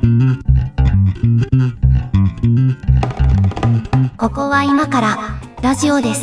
ここは今からラジオです。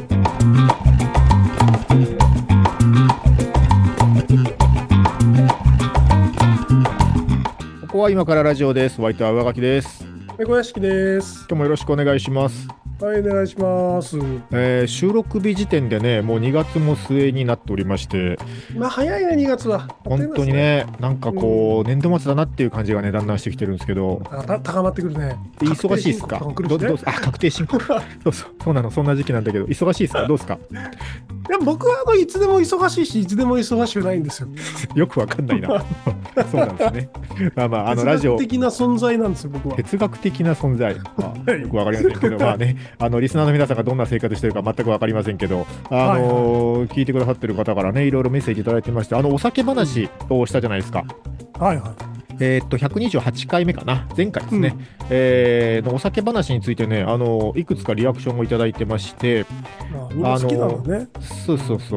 ここは今からラジオです。お相手は上垣です。 猫屋敷です。 今日もよろしくお願いします。 はい、お願いします。 収録日時点でね、もう2月も末になっておりまして、 まあ早いね、2月は。 本当にね、なんかこう、年度末だなっていう感じがね、だんだんしてきてるんですけど、 高まってくるね。 忙しいですか？確定申告。そうなの、そんな時期なんだけど、忙しいですか？どうですか？ いや、僕はいつでも忙しいし、いつでも忙しくないんですよ。 よくわかんないな。そうなんですね。ラジオ。 哲学的な存在なんですよ、僕は。 哲学的な存在。よくわかりませんけど、まあね、リスナーの皆さんがどんな生活してるか全くわかりませんけど、聞いてくださってる方からね、いろいろメッセージいただいてまして、お酒話をしたじゃないですか。 はいはい。 128回目かな、前回ですね、のお酒話についてね、いくつかリアクションをいただいてまして、 みんな好きなんだね。 そう。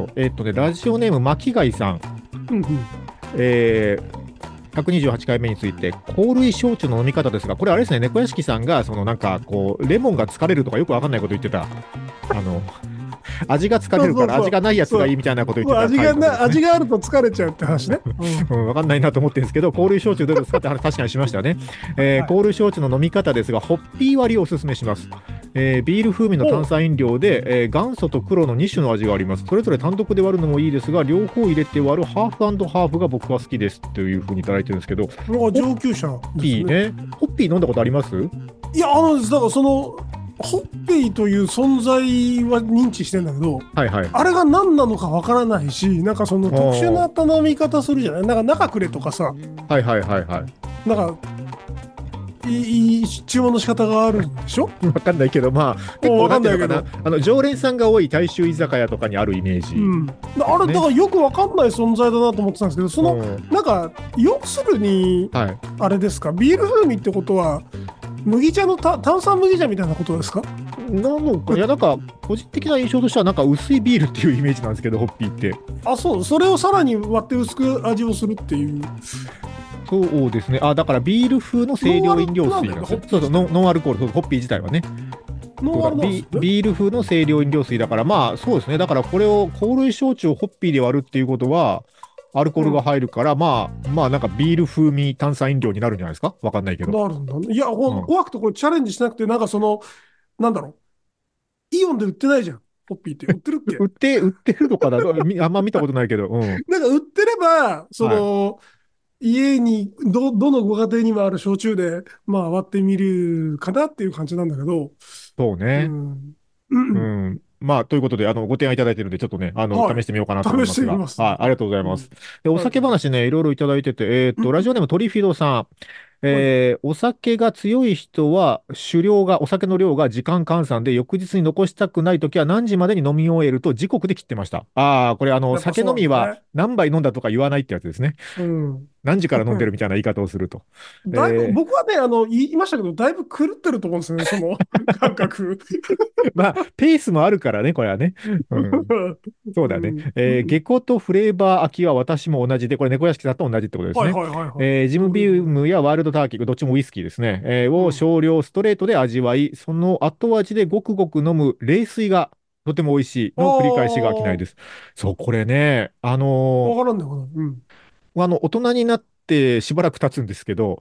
ラジオネーム巻貝さん、128回目について、香類焼酎の飲み方ですが、これあれですね、猫屋敷さんが、なんかこう、レモンが疲れるとかよくわかんないこと言ってた。味が疲れるから味がないやつがいいみたいなこと言ってた。 味があると疲れちゃうって話ね。 わかんないなと思ってるんですけど、香類焼酎どうですかって話確かにしましたね。香類焼酎の飲み方ですが、ホッピー割りをおすすめします。ビール風味の炭酸飲料で、元祖と黒の2種の味があります。それぞれ単独で割るのもいいですが、両方入れて割るハーフ&ハーフが僕は好きですというふうにいただいてるんですけど、 上級者ですね。ホッピー飲んだことあります？ いや、だからホッピーという存在は認知してんだけど、 はいはい、 あれが何なのかわからないし、なんかその特殊な頼み方するじゃない。なんか中くれとかさ、なんかいい注文の仕方があるんでしょ？ わかんないけど、まあ結構なんていうのかな、常連さんが多い大衆居酒屋とかにあるイメージ、 あれだからよくわかんない存在だなと思ってたんですけど、なんか要するに、あれですか、ビール風味ってことは麦茶の炭酸麦茶みたいなことですか？ いや、なんか個人的な印象としてはなんか薄いビールっていうイメージなんですけど、ホッピーって。 それをさらに割って薄く味をするっていう。 そうですね。だからビール風の清涼飲料水なんですよ。そう、ノンアルコール、ホッピー自体はね。ビール風の清涼飲料水だから、まあそうですね。だからこれを香類焼酎をホッピーで割るっていうことは、アルコールが入るから、まあなんかビール風味炭酸飲料になるんじゃないですか？わかんないけど。 なるんだね。いや、怖くてこれチャレンジしなくて、なんかなんだろう。イオンで売ってないじゃん。ホッピーって売ってるっけ？ 売ってるのかな？あんま見たことないけど。 なんか売ってれば、家にどのご家庭にもある焼酎で、まあ割ってみるかなっていう感じなんだけど。 そうね。まあ、ということで、ご提案いただいているので、ちょっとね、試してみようかなと思いますが。はい、ありがとうございます。で、お酒話ね、いろいろいただいてて、ラジオネームトリフィドさん。お酒が強い人は、お酒の量が時間換算で、翌日に残したくないときは何時までに飲み終えると時刻で切ってました。これ、酒飲みは何杯飲んだとか言わないってやつですね。何時から飲んでるみたいな言い方をすると。 だいぶ僕はね、言いましたけど、だいぶ狂ってると思うんですよね、その感覚。 まあ、ペースもあるからね、これはね。そうだね。下戸とフレーバー空きは私も同じで、これ猫屋敷さんと同じってことですね。ジムビームやワールドターキー、どっちもウイスキーですね。を少量ストレートで味わい、その後味でごくごく飲む冷水がとても美味しいの繰り返しが飽きないです。そう、これね、 わからんね、 大人になってしばらく経つんですけど、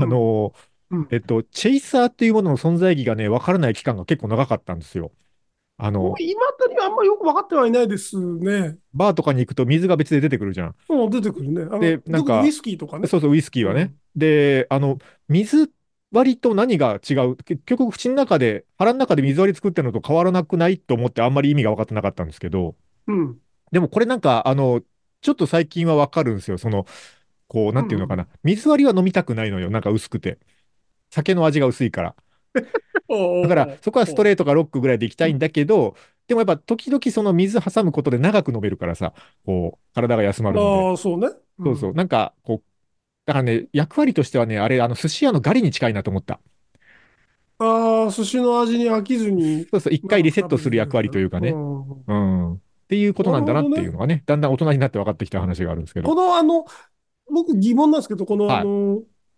チェイサーっていうものの存在意義がね、わからない期間が結構長かったんですよ。 今だにあんまよく分かってはいないですね。 バーとかに行くと水が別で出てくるじゃん。 出てくるね。 で、なんか、 ウイスキーとかね。 そうそう、ウイスキーはね。で、水割りと何が違う？結局、腹の中で水割り作ってるのと変わらなくないと思ってあんまり意味が分かってなかったんですけど、でもこれなんか、ちょっと最近は分かるんですよ。なんていうのかな。水割りは飲みたくないのよ。なんか薄くて。酒の味が薄いから。だから、そこはストレートかロックぐらいでいきたいんだけど、でもやっぱ時々その水挟むことで長く飲めるからさ、体が休まるので。 そうね。 そうそう。なんか、だからね、役割としてはね、あれ、寿司屋のガリに近いなと思った。 寿司の味に飽きずに。 そうそう、一回リセットする役割というかね。っていうことなんだなっていうのがね、だんだん大人になって分かってきた話があるんですけど。 僕疑問なんですけど、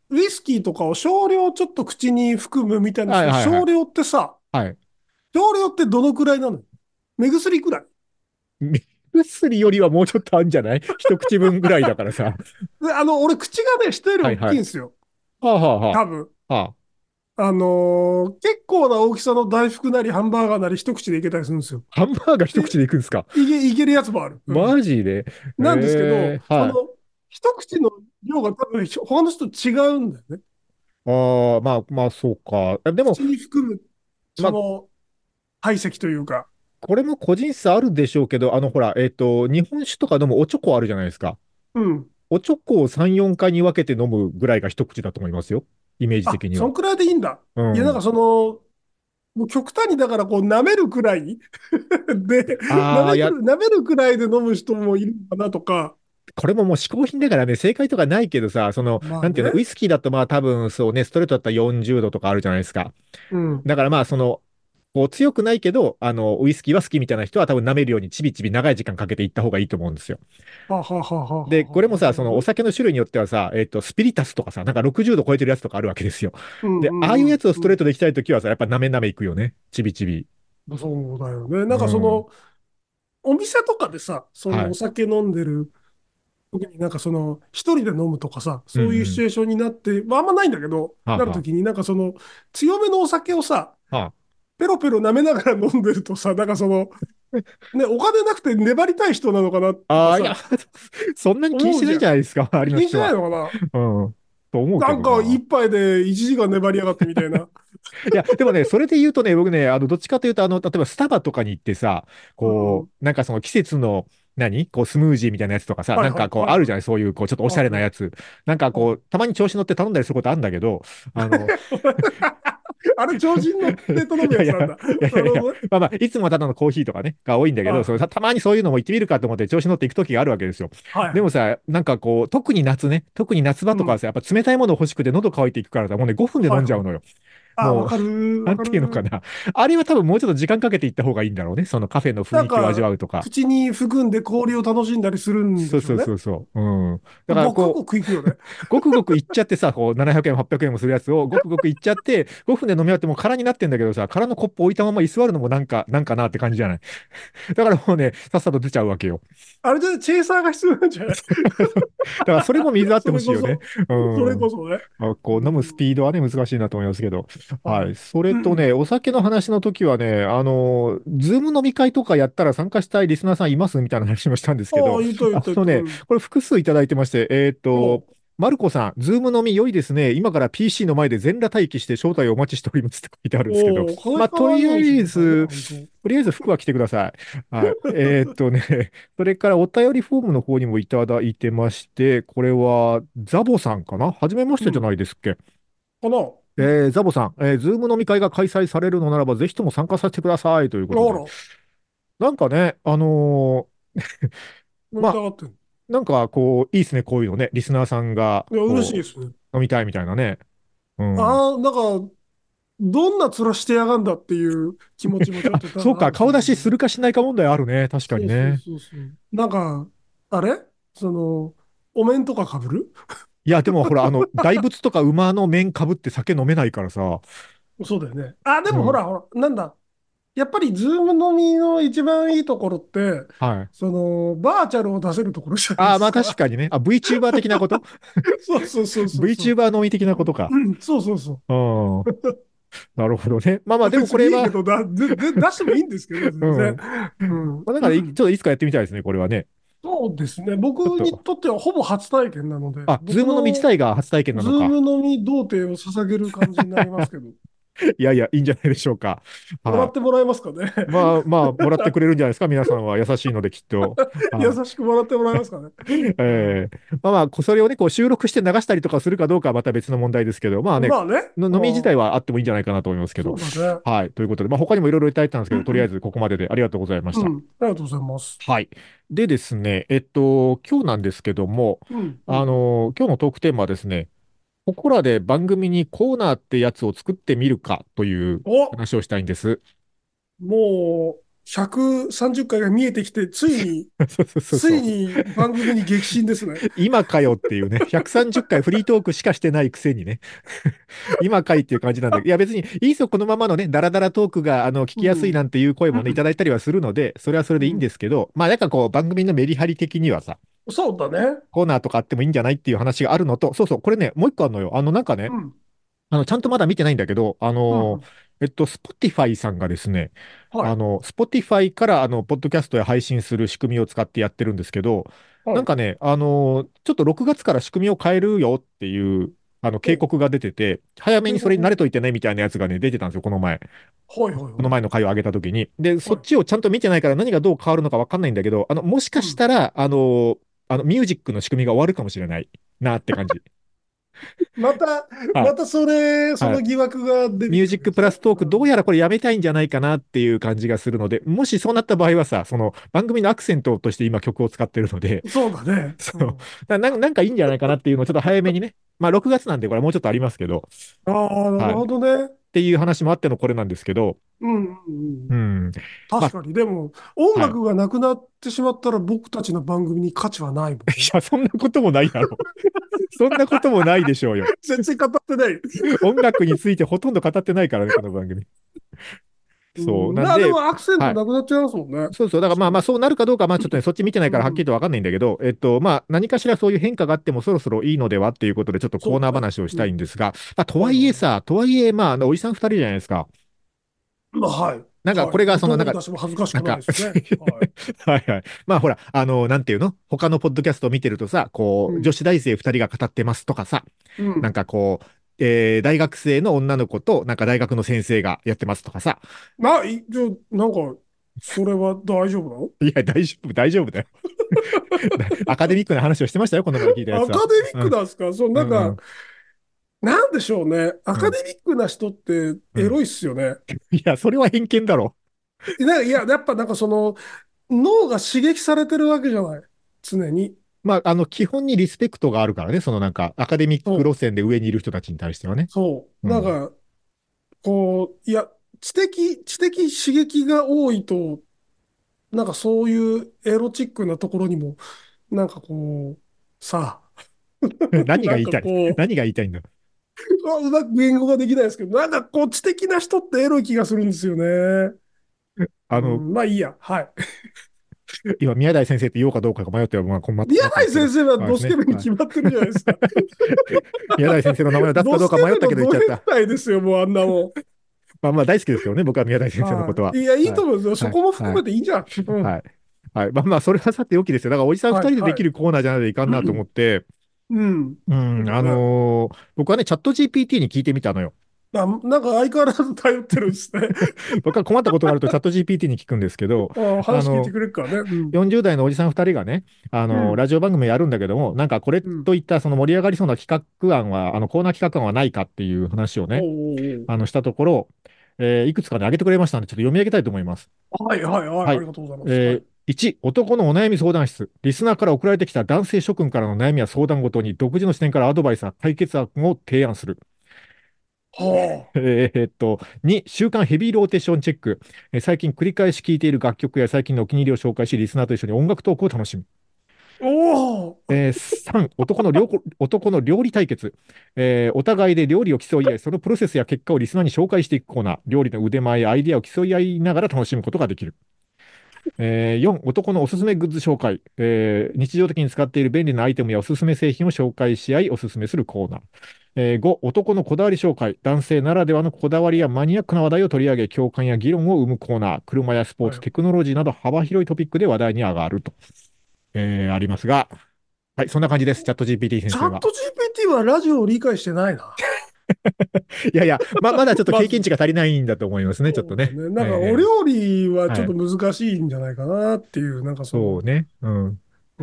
ウイスキーとかを少量ちょっと口に含むみたいな、 はいはいはい。 少量ってさ、 はい。 少量ってどのくらいなの？目薬くらい？ 目薬よりはもうちょっとあるんじゃない？一口分ぐらいだからさ。 で、俺、口がね、人より大はいはい。 きいんですよ。 はあはあは多分。 あ。はあ。 結構な大きさの大福なりハンバーガーなり一口でいけたりするんですよ。 ハンバーガー一口で、 でいくんですか？ いけるやつもある。うん。 マジで？ なんですけど、 はい。 一口の量が多分他の人違うんだよね。 ああ、まあまあ、そうか。でも、 口に含む、 まあ、 体積というか。 これも個人差あるでしょうけど、ほら、日本酒とか飲むおちょこあるじゃないですか。 うん。 おちょこを3、4回に分けて飲むぐらいが一口だと思いますよ。イメージあ、 的には。 そんくらいでいいんだ。いや、なんうん。 かもう極端にだからこう舐めるくらいで、 ああ、いや、 舐めるくらいで飲む人もいるのかなとか。 これももう嗜好品だからね、正解とかないけどさ、なんていうの、 まあね。 ウイスキーだとまあ多分そうね、ストレートだったら40度とかあるじゃないですか。 うん。 だからまあこう強くないけど、ウイスキーは好きみたいな人は多分舐めるようにちびちび長い時間かけていった方がいいと思うんですよ。 はあはあはあはあはで、これもあはあ。なさ、 るほどね。 お酒の種類によってはさ、スピリタスとかさ、なんか60度超えてるやつとかあるわけですよ。 うんで、ああいううんやつをストレーうんトでいきたいときはさ、やっぱなめなめいくよね。ちびちび。 うん。そうだよね。なんかうん。 お店とかでさ、 はい。 お酒飲んでる時になんか一人で飲むとかさ、 うんうそういうシチュん。 エーションになって、まああんまないんだけど、 はあはなる時になんか強めのお酒をさ、 あ。はあ。 ペロペロ舐めながら飲んでるとさ、なんかね、お金なくて粘りたい人なのかなとああ、いや、 かさ、 そんなに気にしないんじゃ思うじゃん。 ないですか、周りの気にしな人は。 いのかうん。と思うな？なんかけどな。 一杯で1時間粘りやがってみたいな。 いや、でもね、それで言うとね、僕ね、どっちかというと、例えばスタバとかに行ってさ、 うん。 なんかその季節の、こう、スムージーみたいなやつとかさ、 はいはいなんかこう、 はいはい。 あるじゃない、そういう、こう、ちょっとおしゃれなやつ。なんかこう、たまに調子乗って頼んだりすることあるんだけど、あの、 あれ、超人乗って頼いやいや、 むやつなんだ。 いやいやいや、 なるほどね。 まあまあ、いつもただのコーヒーとかね、が多いんだけど、たまにそういうのも行ってみるかと思って調子乗っていく時があるわけですよ。 はいはい。 でもさ、なんかこう、特に夏ね、特に夏場うん。 とかはさ、やっぱ冷たいもの欲しくて喉乾いていくからさ、もうね、5分ではいはい。 飲んじゃうのよ。 あ、 もう、 わかる、 なんわかる。 ていうのかな。あれは多分もうちょっと時間かけていった方がいいんだろうね。そのカフェの雰囲気を味なんか、 わうとか。 口に含んで氷を楽しんだりするんそうそうでしょうね。 そうそう。うん。だからごくこごくいくよね。 う、ごくごくいっちゃってさ、こう、700円も800円もするやつをごくごくいっちゃって、5分で飲み終わってもう空になってんだけどさ、空のコップ置いたまま居座るのもなんかなって感じじゃない。だからもうね、さっさと出ちゃうわけよ。 あれでチェイサーが必要なんじゃない？ だからそれも水あってそほしいよね。 れこそ。 うそれこん。 そね。 こう飲むスうん。 ピードはね、難しいなと思いますけど。はい。 はい。 それとね、 うん。 お酒の話の時はね、ズーム飲み会とかやったら参加したいリスナーさんいますみたいな話もしたんですけど、 ああ、言った言った言った。うん。 これ複数いただいてまして、 おう。 マルコさん、ズーム飲み良いですね。今から PC の前で全裸待機して招待をお待ちしておりますって書いてあるんですけど、 おう、 まあ、 かわいいようにしてくださいね、本当。 とりあえず服は着てください。はい。それからお便りフォームの方にもいただいてまして、これはザボさんかな、はじめましてじゃうん。 ないですっけ？ かな。 ザボさん、ズーム飲み会が開催されるのならば、ぜひとも参加させてくださいということで。 あら、 なんかね、 飲みまあ、 たがってんなんかこう、いいですね、こういうのね。リスナーさんが、 の？いや、嬉しいでこすね。 う、飲みたいみたいなね。うん。 ああ、なんか、どんな面してやがんだっていう気持ちもちょっあ、 と多そうか、 々あるし。 顔出しするかしないか問題あるね。確かそうそうにね。 そうそう。なんか、あれお面とかかぶる？ いや、でもほら、大仏とか馬の面かぶって酒飲めないからさ。 そうだよね。あ、でうん。 もほら、ほら、なんだ。やっぱり、ズーム飲みの一番いいところって、 はい。 バーチャルを出せるところじゃないでああ、まあ確すか。 かにね。あ、VTuber 的なこと？ そうそうそうそうそう。 VTuber 飲み的なことか。 うん、そうそうそうん。なるほどね。まあまあ、 う。 でもこれは、 別にいいけど、出してもいいんですけど、 うん。 全然。うん。 まあ、だからちょっといつかやってみたいですね、これはね。 そうですね。 ちょっと、 僕にとってはほぼ初体験なので、 あ、ズームの自僕の体が初体験なズのか。 ームのみ童貞を捧げる感じになりますけど、 いやいや、いいんじゃないでしょうか。はい。 もらってもらえますかね？ まあまあ、もらってくれるんじゃないですか、皆さんは優しいのできっと。 優はしくもらってもらえますかね？ い。 うん。 まあまあ、それをね、こう収録して流したりとかするかどうかはまた別の問題ですけど、まあね、 まあね。 飲み自体はあってもいいんじゃないかなと思いますけど。 そうだね。 はい。ということで、まあ他にもいろいろいただいたんですけど、とりあえうん。 ずここまででありがとうございました。 うん。ありがとうございます。 はい。でですね、今日なんですけども、 うん。うん。 今日のトークテーマはですね、ここらで番組にコーナーってやつを作ってみるかというお、 話をしたいんです。 もう、 130回が見えてきて、ついに、 そうそうそうそう。 ついに番組に激震ですね。 今かよっていうね、130回フリートークしかしてないくせにね、今かいっていう感じなんだけど、いや別にいいぞ、このままのね、ダラダラトークが聞きやすいうん。 なんていう声もね、いただいたりはするので、それはそれでいいんでうん。 すけど、まあなんかこう、番組のメリハリ的にはさ、 そうだね。 コーナーとかあってもいいんじゃないっていう話があるのと、そうそう、これね、もう一個あるのよ。なんかね、 うん。 ちゃんとまだ見てないんだけど、 うん。 Spotify さんがですね、 はい。 Spotify からポッドキャストや配信する仕組みを使ってやってるんですけど、 はい。 なんかね、ちょっと6月から仕組みを変えるよっていう、警お、 告が出てて、早めにそれに慣れ警告。 といてねみたいなやつがね、出てたんですよ、この前。 はいはいはい。 この前の回を上げたときに。で、そはい。 っちをちゃんと見てないから何がどう変わるのかわかんないんだけど、もしかしうん。 たら、ミュージックの仕組みが終わるかもしれないなって感じ。 また、 はい。 またそはい。 の疑惑が出てミューきたわけですね。 ジックプラストーク、どううん。 やらこれやめたいんじゃないかなっていう感じがするので、もしそうなった場合はさ、その番組のアクセントとして今曲を使ってるので、 そうだね。 そう、 うん。 なんかいいんじゃないかなっていうのをちょっと早めにね、まあ6月なんでこれもうちょっとありますけど、 ああ、なはい。っるほどね。 ていう話もあってのこれなんですけど、 うんうんうん。 うん。まあ、 確かに。でも、音はい。 楽がなくなってしまったら僕たちの番組に価値はないもんいね。 や、そんなこともないだろう。そんなこともないでしょうよ。 全然語ってない。 音楽についてほとんど語ってないからね、この番組。そう。 うん。 なんで、 まあでもアクセントはい。 なくなっちゃいますもんね。 そうそう。だからまあまあ確かに。 そうなるかどうか、まあちょっとね、そっち見てないからはっきりうん。 とわかんないんだけど、まあ何かしらそういう変化があってもそろそろいいのではっていうことでちょっとコーナーそうだね。 話をしたいうん。 んですが、まあとははいはい。 いえさ、とはいえまあおじさん二人じゃないですか。 まあ、はい。 なんかはい。 これがそのなんか、 もうどうに出しても恥ずかしくないなんかですね。はい。 はいはい。まあほら、なんていうの他のポッドキャストを見てるとさ、こう、女うん。 子大生二人が語ってますとかさ、なんうん。 かこう、大学生の女の子となんか大学の先生がやってますとかさ、 じゃあ、なんか、それは大丈夫なの？ いや、大丈夫、大丈夫だよ。アカデミックな話をしてましたよ、この前聞いたやつは。 アカデミッうん、 クなんですか？そう、なんか、 うん、 なんでしょうね。アうん、 カデミックな人ってうん。 エロいっすよね。 いや、それは偏見だろ。 いや、やっぱなんかその、脳が刺激されてるわけじゃない。常に。 まあ、基本にリスペクトがあるからね、そのなんか、アカデミックそう。 路線で上にいる人たちに対してはね。 そう。 うん。 なんか、いや、知的刺激が多いと、なんかそういうエロチックなところにも、なんかさあ、 何なんかが言いたい何が言いたいんだ。 うまく言語ができないですけど、なんか知的な人ってエロい気がするんですよね。 あの、 うん、まあいいや。はい。 今、宮台先生って言おうかどうかが迷っては、まあ、困宮ってますけど、 台先生はまあですね。 ドスケベにはい。 決まってるじゃないですか。 宮台先生の名前を出すかドスケどうか迷ったけベのド変ど言っちゃった。 態ですよ、もうあんなもまあまあ大好きですけどね、僕は宮台ん。 先生のことは。 はい。いや、いいはい。 と思うんですよ。そはい。 こも含はい。 めていいじゃん。うん。 はい。はい。まあまあ、それはさておきですよ。だから、おじさん二はい、 人でではい。 きるコーナーじゃないといかんなと思って、 うん。 うん、 そうだね。 僕はね、チャット GPT に聞いてみたのよ。 なんか相変わらず頼ってるんですね。 僕は困ったことがあるとチャット GPT に聞くんですけど、 話聞いてあの、 くれるからね。うん。 40代のおじさん2人がね、 うん。 ラジオ番組やるんだけども、なんかこれうん。 といったその盛り上がりそうな企画案は、コーナー企画案はないかっていう話をおね、 うおうしたところ、いくつかね、挙げてくれましたので、ちょっと読み上げたいと思います。 おう。はい、はい、はい。 はい。 ありがとうございます。はい。 1、男のお悩み相談室。リスナーから送られてきた男性諸君からの悩みや相談ごとに独自の視点からアドバイスや解決案を提案する。 は 2、週刊ヘビーローテーションチェック。最近繰り返し聴いている楽曲や最近のお気に入りを紹介し、リスナーと一緒に音楽トークを楽しむ。 あ。おお。 3、男の料理対決。お互いで料理を競い合い、そのプロセスや結果をリスナーに紹介していくコーナー。料理の腕前やアイデアを競い合いながら楽しむことができる。4、男のおすすめグッズ紹介、日常的に使っている便利なアイテムやおすすめ製品を紹介し合い、おすすめするコーナー。5、男のこだわり紹介、男性ならではのこだわりやマニアックな話題を取り上げ、共感や議論を生むコーナー。車やスポーツ、 はい。 テクノロジーなど幅広いトピックで話題に上がると、ありますが、はい、そんな感じです。チャット GPT 先生は。 チャット GPT はラジオを理解してないな。 いやいや、まだちょっとまず。 経験値が足りないんだと思いますね、ちょっとね。 そうだね。なんかお料理はちょっとはい。 難しいんじゃないかなっていう、なんかそうね。うん。 うん、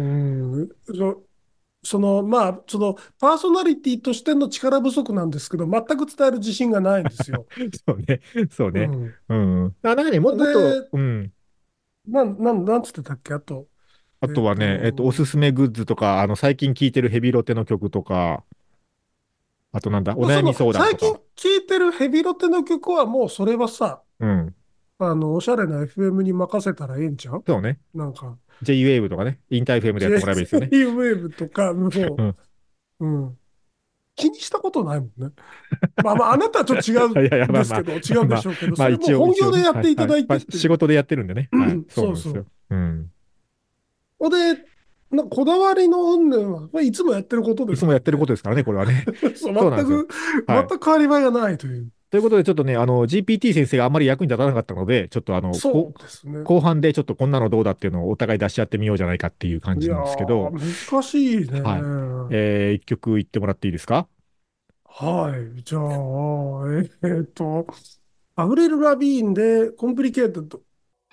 パーソナリティとしての力不足なんですけど、全く伝える自信がないんですよ。 そうね。そうね。 うん。 うん。なんかね、もっと、 で、 うん。 なんつってたっけ？あと、 あとはね、おすすめグッズとか、最近聴いてるヘビロテの曲とか、あとなんだ、お悩み相談最近とか。 聴いてるヘビロテの曲はもうそれはさ、 うん。 おしゃれな FM に任せたらええんちゃう？ そうね。 なんか、 J-Wave とかね、インター FM でやってもらえばいいですよね。 J-Wave とか、そうん。 う、うん。気にしたことないもんね。まあまあ、あなたはちょっと違いやいや、 うんまあまあ、 ですけど、違うんでまあ、 しょうけど、 まあ、 それもう本業で一応ね。はい、はい。 やっていただいまあ、 てっていう。 仕事でやってるんでね。はい。そうなんですよ。 そうそう。 うん。 ほんで、こだわりの云々は、まあ、いつもやってることですいつもやってるこからね。 とですからね、これはね。 そう、 そうなんですよ。 全はい。 く変わり映えがないという。 ということで、ちょっとね、GPT 先生があんまり役に立たなかったので、ちょっとそうですね。 後半でちょっとこんなのどうだっていうのをお互い出し合ってみようじゃないかっていう感いやじなんですけど、 ー、難しいはい。 ね。 一曲言ってもらっていいですか？ はい。じゃあ、アブレル・ラビーンで、コンプリケーテッド。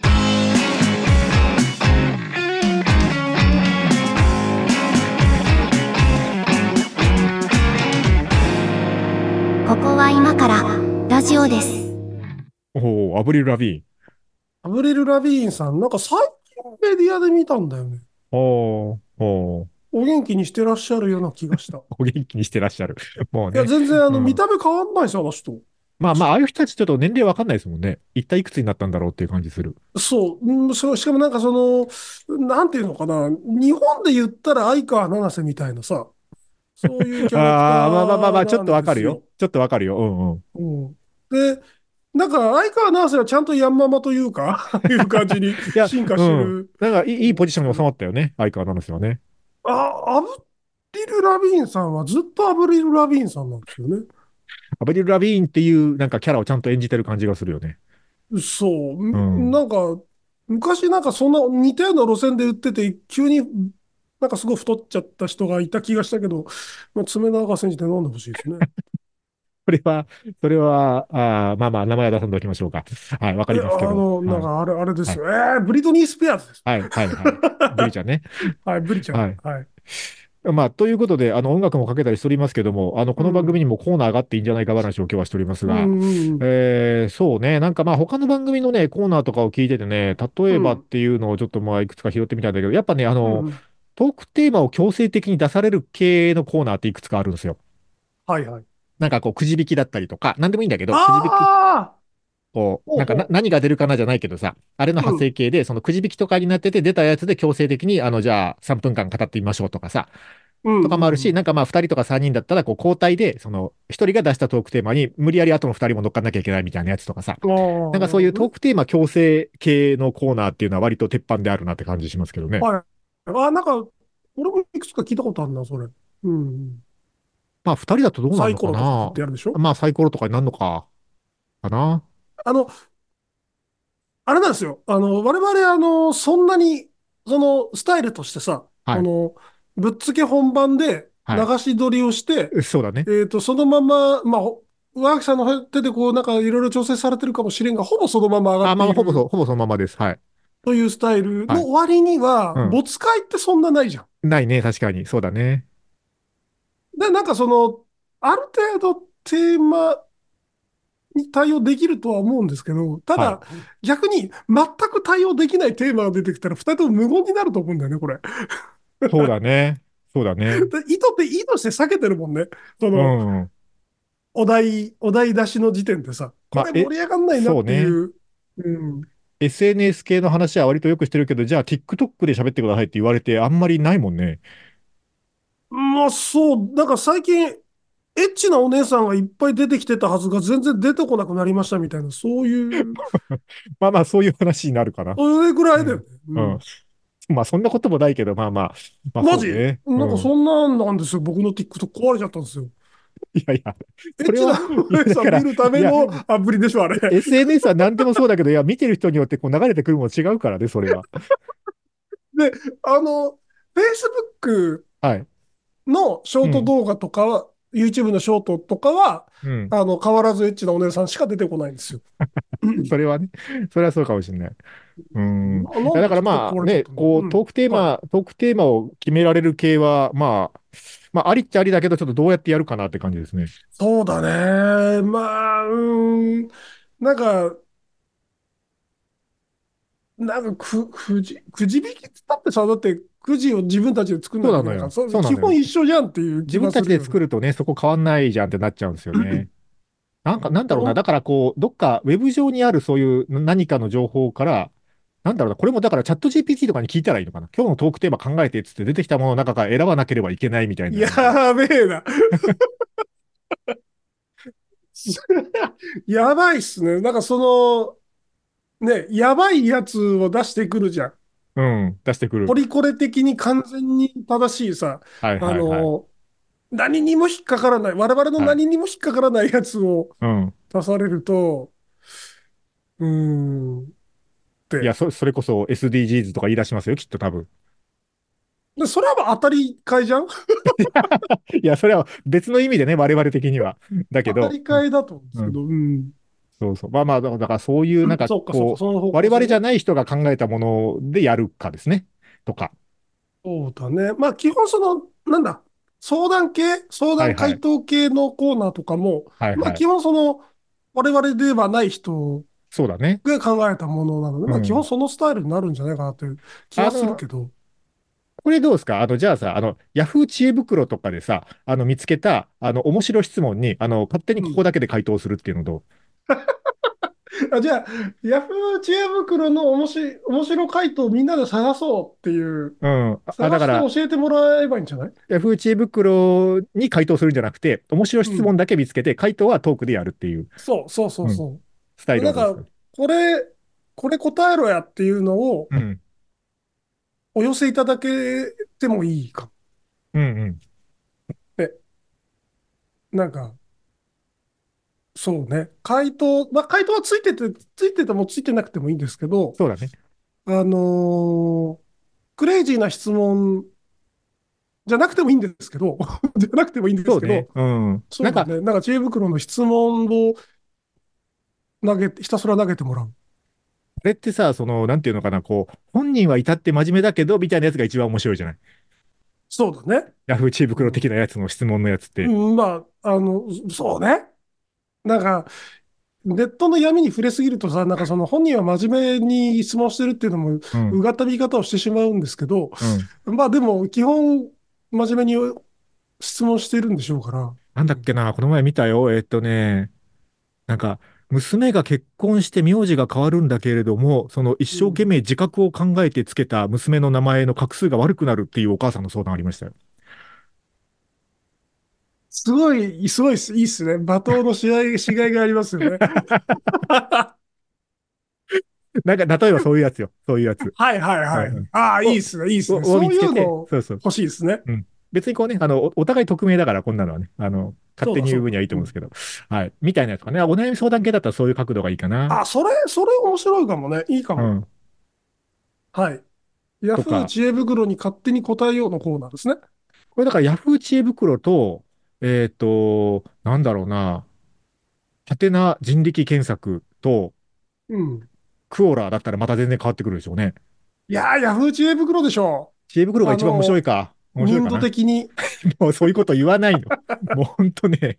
ここは今からラジオです。 おお、アブリル・ラビーン。 アブレル・ラビーンさん、なんか最近メディアで見たんだよね。 おー、おー、 お元気にしてらっしゃるような気がした。 お元気にしてらっしゃる。もういや、 ね。 全然見うん。 た目変わんないですよ、あの人。 まあまあ、ああいう人たちちょっと年齢わかんないですもんね。一体いくつになったんだろうっていう感じする。 そう、しかもなんかなんていうのかな、日本で言ったら相川七瀬みたいなさ、そういうキャラクタああ、まあまあまあまあ、ちょっーなんとわかるよ。 ですよ。 ちょっとわかるよ。うんうん。 うん。で、なんか相川七瀬はちゃんとヤンママというか、ああいう感じにいや、 進化うん。 してるなんかいいポジションに収と思うんですけど、 まったよね。相川七瀬はね。 アブリル・ラビーンさんはずっとアブリル・ラビーンさんなんですよね。 アブリル・ラビーンっていうなんかキャラをちゃんと演じてる感じがするよね。 そう。 うん。 なんか、昔なんかそんな似たような路線で売ってて、急になんかすごい太っちゃった人がいた気がしたけど、まあ、爪長煎じて飲んでほしいですね。 それは、それは、まあまあ、名前は出さんでおきましょうか。はい、わかりますけど。 なんはい。 かあれではい。 すよ。ブリトニー・スピアーズです。 はい、はい、はい。ブリちゃんね。 はい、ブリちゃん。 はい。 はい。 まあ、ということで、音楽もかけたりしておりますけども、この番組うん。 にもコーナーがあっていいんじゃないか話を今日はしておりますうが、 ん。 そうね、なんかまあ、他の番組のね、コーナーとかを聞いててね、例えばっうん。 ていうのをちょっとまあ、いくつか拾ってみたんだけど、やっぱね、 うん。 トークテーマを強制的に出される系のコーナーっていくつかあるんですよ。 はいはい。 なんかこう、くじ引きだったりとか、なんでもいいんだけど、くじ引き、 ああこう、なんかほうほ何が出るかなじゃないけどさ、あれのう。うん。 派生系で、そのくじ引きとかになってて、出たやつで強制的に、じゃあ3分間語ってみましょうとかさ、 うん。 とかもあるし、 うん。 なんかまあ2人とか3人だったら、こう交代で、その1人が出したトークテーマに無理やり後の2人も乗っかんなきゃいけないみたいなやつとかさ、 ああ、なるなんかそういうトーほどね。 クテーマ強制系のコーナーっていうのは割と鉄板であるなって感じしますけどね。 はい。なんか、俺もいくつか聞いたことあるな、それ。うん。 まあ2人だとどうなサイるのかコロとか振っな。 てやるでしょ？ まあサイコロとかになるのか、かな。 あの、あれなんですよ。我々、そんなに、スタイルとしてさ、 はい。 ぶっつけ本番で流はい。 し撮りをして、 そうだね。 そのまま、まあ、上垣さんの手でこう、なんかいろいろ調整されてるかもしれんが、ほぼそのまま上がっまあ、 ているほぼそのままです。はい。 というスタイルはい。 の割には、 うん。 没会ってそんなないじゃん。 ないね、確かに。そうだね。 で、なんかある程度テーマに対応できるとは思うんですけど、たはい。 だ、逆に全く対応できないテーマが出てきたら、二人とも無言になると思うんだよね、これ。 そうだね。そうだね。 で意図して避けてるもんね。そうの、 ん。 お題出しの時点でさ、こまあ、 れ盛り上がんないなっそうね。 ていう。うん。 SNS 系の話は割とよくしてるけど、じゃあ TikTok で喋ってくださいって言われてあんまりないもんね。 まあそう、なんか最近、エッチなお姉さんがいっぱい出てきてたはずが全然出てこなくなりましたみたいな、そういう、 まあまあ、そういう話になるかな。 それぐらうん。 いだよね。ううん。 ん。 まあ、そんなこともないけど、まあマジそうね。うなんかん。 そんなんなんですよ。僕の TikTok 壊れちゃったんですよ。 いやいや、 エッチなそれは、いや、 お姉さん見だから、 るためいや、 のアプリでしょ、あれ。 SNS は何でもそうだけど、いや、見てる人によってこう流れてくるもの違うからね、それは。 で、Facebook はい。 のショートうん。 動画とかは、YouTube のショートとかは、 うん。 変わらずエッチなお姉さんしか出てこないんですよ。 それはね、それはそうかもしれない。うん。いなんでやだから TikTok まあね、 壊れちゃったんだ。 こう、 うん。はい。 トークテーマを決められる系は、まあ、ありっちゃありだけど、ちょっとどうやってやるかなって感じですね。 そうだね。まあ、なんか、くじ引きって言ったってさ、だってくじを自分たちで作んないといけないから、 そうなのよ。そうなのよ。 基本一緒じゃんっていう気自分たちでがするよね。 作るとね、そこ変わんないじゃんってなっちゃうんですよね。 なんだろうな。 おだからこう、どっかウェブ上にあるそういう何かの情報から、なんだろうな。これもだからチャット GPT とかに聞いたらいいのかな。今日のトークテーマ考えてっつって出てきたものの中から選ばなければいけないみたいなので。 やべえな。やばいっすね。なんかやばいやつを出してくるじゃん。 うん、出してくる。 ポリコレ的に完全に正しいさ、 はいあはいはい。 の、何にも引っかからない、我々のはい。 何にも引っかからないやつをうん。 出されると、うーん、っいや、 て。 それこそ SDGs とか言い出しますよ、きっと多分。 で、それは当たり前じゃん。 いや、それは別の意味でね、我々的には。だけど、 当たり前だと思うんでうん。 すけど、うん。 そうそう。まあまあ、だからそういう、なんかそうか、そうか、 こう、 その方我々じゃ向性ね。 ない人が考えたものでやるかですね。とか。 そうだね。まあ、基本なんだ、相談はいはい。 回答系のコーナーとかも、まあ、基はいはい。 本我々ではない人そうだね。 が考えたものなので、まあ、基本うん。 そのスタイルになるんじゃないかなという気はするあの、 けど、 これどうですか？じゃあさ、ヤフー知恵袋とかでさ、見つけた、面白質問に、勝手にうん。 ここだけで回答するっていうのと、 あ、じゃあ、ヤフー知恵袋の面白回答をみんなで探そうっていう、 うん。だ探してから、 教えてもらえばいいんじゃない？ ヤフー知恵袋に回答するんじゃなくて、面白うん。 質問だけ見つけて、回答はトークでやるっていう、うん、 そう。で、 スタイルはなんか、 どうですか？ これ、これ答えろやっていうのをうん。 お寄せいただけてもいいかもうんうん。 ね。なんか、そうね。回答はついててもついてなくてもいいんですけど、 そうだね。 あのークレイジーな質問じゃなくてもいいんですけど、じゃなくてもいいんでそうね。 すけど、 うん。なんか、 そうだね。なんか知恵袋の質問をひたすら投げてもらう。 あれってさ、なんていうのかな、こう、本人は至って真面目だけど、みたいなやつが一番面白いじゃない。 そうだね。 ヤフー知恵袋うん。 的なやつの質問のやつって。 うん、まあ、そうね。なんか、ネットの闇に触れすぎるとさ、なんかその本人は真面目に質問してるっていうのも、 うん。 うがった見方をしてしまうんですけど、 うん。 まあでも、基本、真面目に質問してるんでしょうから。 なんだっけな、この前見たよ。なんか、娘が結婚して名字が変わるんだけれども、その一うん。 生懸命自覚を考えてつけた娘の名前の画数が悪くなるっていうお母さんの相談ありましたよ。 すごいっす、いいっすね。罵倒のしがいがありますよね。 なんか、例えばそういうやつよ。そういうやつ。 はいはいはい。 うんうん。 ああ、いいっすね、いいっすね。 を見そういつけて、 うのそうそう。 欲しいですね。 うん。別にこうね、お互い匿名だから、こんなのはね、勝そうだそうだ。 手に言う分にはいいとうん。 思うんですけど、はい。みたいなやつとかね、お悩み相談系だったらそういう角度がいいかな。 あ、それ面白いかもね。いいかも。 うん。 はい。ヤとか、 フー知恵袋に勝手に答えようのコーナーですね。 これだからヤフー知恵袋と、なんだろうな、ハテナ人力検索と、 うん。 クオラだったらまた全然変わってくるでしょうね。 いやー、ヤフー知恵袋でしょ知恵袋う。 が一番面白いか。面白い民度かな。 的に。 もうそういうこと言わないの。もうほんとね。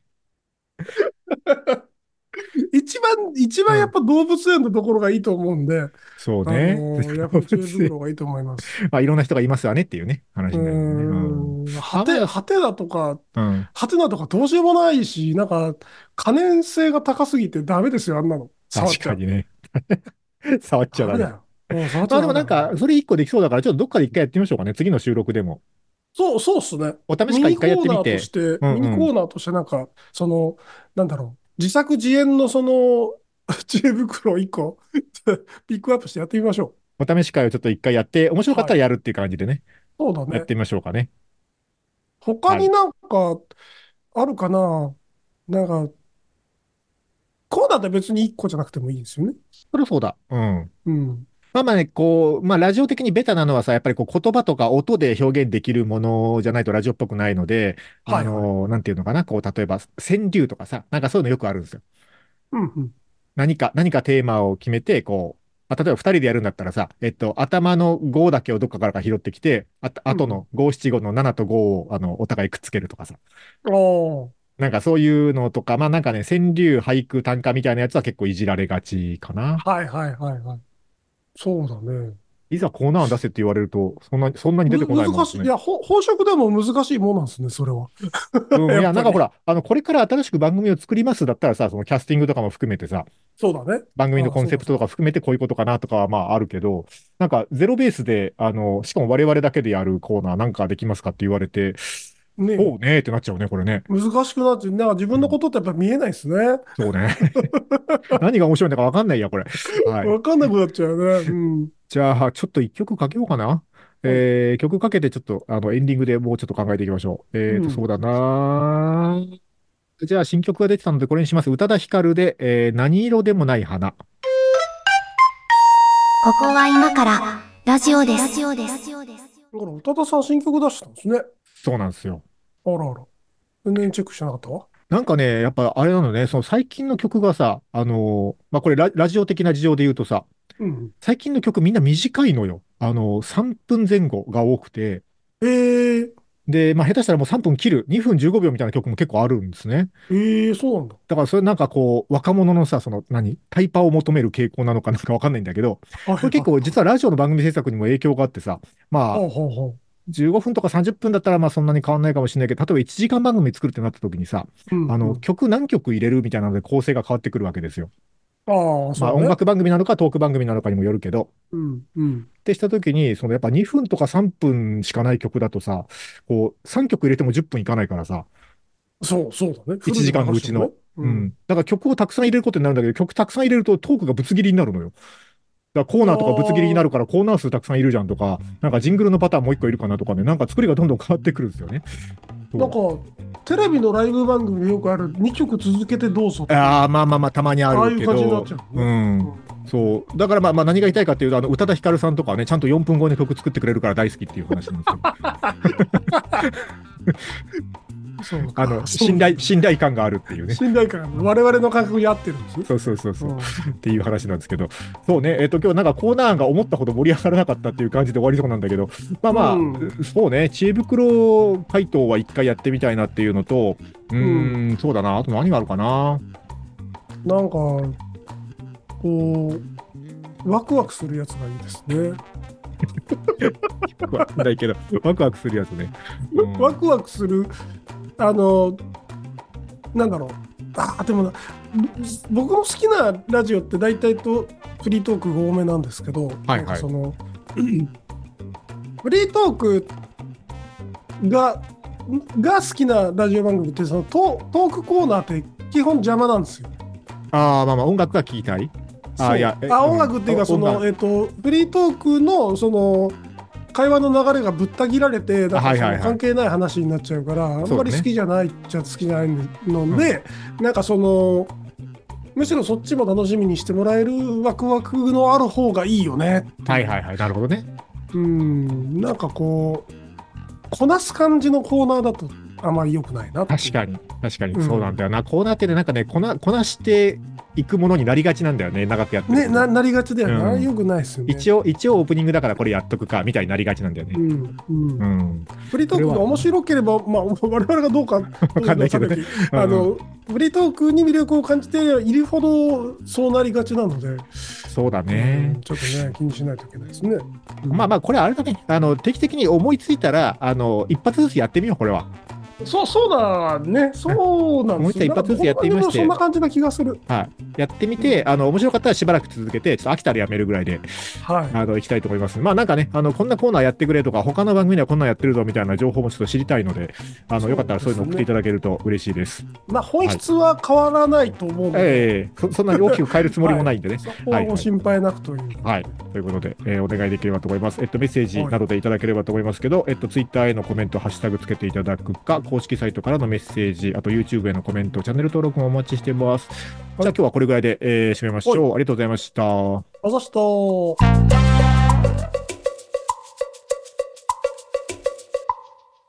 一番やっうん。 ぱ動物園のところがいいと思うんで、 そうね。 ヤフー知恵袋がいいと思います。 まあ、いろんな人がいますわねっていうね、話うになるんでね。うん。 ーん、 あ、まだ果てだとか、 うん。 ハテナとかどうしようもないし、なんか、可燃性が高すぎてダメですよ、あんなの。触っちゃう。 確かにね。触っちゃダメ。 ダメだよ。うん、触っちまあゃダメだよ、あんなでもなんか、 の。 それ一個できそうだから、ちょっとどっかで一回やってみましょうかね。次の収録でも。 そうっすね。 お試し会一回やってみて。うんミニうん。 コーナーとしてなんか、なんだろう、自作自演の知恵袋を一個ピックアップしてやってみましょう。 お試し会をちょっと一回やって、面白かっはい。 たらやるっていう感じでね、 そうだね。 やってみましょうかね。はい。 他になんかあるかな？なんか、コーナーって別に一個じゃなくてもいいですよね。 そりゃそうだ。うん。 うん。 まあまあね、こう、まあラジオ的にベタなのはさ、やっぱりこう言葉とか音で表現できるものじゃないとラジオっぽくないので、 はいはい。 なんていうのかな、こう、例えば川柳とかさ、なんかそういうのよくあるんですよ。 うん。 何かテーマを決めて、こう、まあ、例えば二人でやるんだったらさ、頭の5だけをどっかからか拾ってきて、後の5、7、5の7と5を、お互いくっつけるとかさ。 おー。 なんかそういうのとか、まあなんかね、川柳、俳句、短歌みたいなやつは結構いじられがちかな。 はい。そうだね。 いざコーナー出せって言われると、そんなに出てこないもんですね。 難しい。いや、本職でも難しいもんなんですね、それは。 うん、いや、 やっぱり。 なんかほら、これから新しく番組を作りますだったらさ、そのキャスティングとかも含めてさ、 そうだね。 番組のああ、 コンセプトとか含めてこういうことかなとかはまああるけど、なんかゼロベースで、しかも我々だけでやるコーナーなんかできますかって言われて、 ねえ、 そうねってなっちゃうね、これね。 難しくなって、なんか自分のことってやっぱ見えないですね。 そうね。何が面白いんだかわかんないや、これ。はい。 わかんなくなっちゃうね。うん。 じゃあ、ちょっと一曲かけようかな。 はい。 曲かけてちょっと、エンディングでもうちょっと考えていきましょう。 うん。 そうだな。じゃあ、新曲が出てたので、これにします。宇多田ヒカルで、何色でもない花。 ここは今からラジオです。 だから、宇多田さん新曲出したんですね。 そうなんですよ。 あらあら。全然チェックしなかったわ。 なんかね、やっぱあれなのね、その最近の曲がさ、まあ、これラジオ的な事情で言うとさ、 うん。 最近の曲みんな短いのよ。3分前後が多くて、 ええで、まあ、下手したらもう3分切る、2分15秒みたいな曲も結構あるんですね。 そうなんだ。 だからそれなんかこう、若者のさ、タイパを求める傾向なのかなんかわかんないんだけど、 はいはいこれ結構実はい。 はラジオの番組制作にも影響があってさ、まあ、 ほうほうほ 15分とか30分だったらまあそんなに変わんないかもしれないけど、例えば1時間番組作るってなった時にさ、 う。うんうん。 曲何曲入れるみたいなので構成が変わってくるわけですよ。 ああ、 まあそうね。 音楽番組なのかトーク番組なのかにもよるけど、 うんうん。 ってした時に、やっぱ2分とか3分しかない曲だとさ、こう3曲入れても10分いかないからさ、 そうだね。フル 1 で時間の流してもね。 うちの。 うん。 うん。だから曲をたくさん入れることになるんだけど、曲たくさん入れるとトークがぶつ切りになるのよ。だからコーあナーとかぶつ切りになあ、 るからコーナー数たくさんいるじゃんとか、なんかジングルのパターンもう一個いるかなとかね、なんか作りがどんどん変わってくるんですよね。そう。 なんか、テレビのライブ番組でよくある2曲続けてどうぞっていう、 ああ、まあまあまあ、たまにあるああいう感じになっけど、 ちゃううのね。うん。 ん。 そう。だからまあ何が言いたいかっていうと、宇多田ヒカルさんとかはね、ちゃんと4分後に曲作ってくれるから大好きっていう話なんですけど、 そうか、そうなんだ。 信頼感があるっていうね。 信頼感、我々の感覚に合ってるんですね。 そうそうそうそう。 うん。 っていう話なんですけど、そうね、今日なんかコーナーが思ったほど盛り上がらなかったっていう感じで終わりそうなんだけど、まあうまん。 あ、そうね、知恵袋回答は一回やってみたいなっていうのと、 うん。 そうだな、あと何があるかな。 なんか、こう、ワクワクするやつがいいですね。 わかんないけど、ワクワクするやつね。うワん。 クワクする、あの、なんだろう。でもな、僕の好きなラジオって大体とフリートークが多めなんですけど、なんかはいはい。 フリートークが、好きなラジオ番組って、トークコーナーって基本邪魔なんですよ。 ああ、まあまあ、音楽が聴きたい。ああ、いや、 音楽っていうか、 音楽。 フリートークの、会話の流れがぶった切られて、なんかはいはいはい。 関係ない話になっちゃうから、あんそうだね。 まり好きじゃないっちゃ好きじゃないのうん。 で、なんかむしろそっちも楽しみにしてもらえるワクワクのある方がいいよねっていう。 はいはいはい。なるほどね。 なんかこなす感じのコーナーだとあまり良くないなっていう。 確かに、確かに、 うん。 そうなんだよな。コーナーってね、なんかね、こなしていくものになりがちなんだよね、長くやってるね、 とね。 なりがちだよな。 うん。 良くないですよね。 一応オープニングだからこれやっとくか、みたいになりがちなんだよね。 うん。 うん。 フリートそれは、 ークが面白ければ、まあ、我々がどうか、 わどうかんないけどね。 かさておき、 うんうん。 フリートークに魅力を感じているほどそうなりがちなので、 そうだね。 ちょっとね、気にしないといけないですね。うん。 まあまあ、これあれだね。定期的に思いついたら、一発ずつやってみよう、これは。 そうだね。そうなんですよ。 思いついたら一なんか発ずつやって僕はでもそんみまして、 な感じな気がする。 はい。やってみて、 うん。 面白かったらしばらく続けて、ちょっと飽きたらやめるぐらいで、 はい。 行きたいと思います。まあなんかね、こんなコーナーやってくれとか、他の番組ではこんなんやってるぞみたいな情報もちょっと知りたいので、よかったらそういうの送っていそうですね。 ただけると嬉しいです。 まあ、本はい。 質は変わらないと思うので、 そんなに大きく変えるつもりはい。 もないんでね。 そこはごはいはい。 心配なくというこはい。 とで。 ということで、お願いできればと思います。メッセージはい。 などでいただければと思いますけど、ツイッターへのコメント、ハッシュタグつけていただくか、公式サイトからのメッセージ、あと YouTube へのコメント、チャンネル登録もお待ちしてます。じはい。 ゃあ今日はこれぐらいで、締めましはい。 ょう。ありがとうございました。 あざした。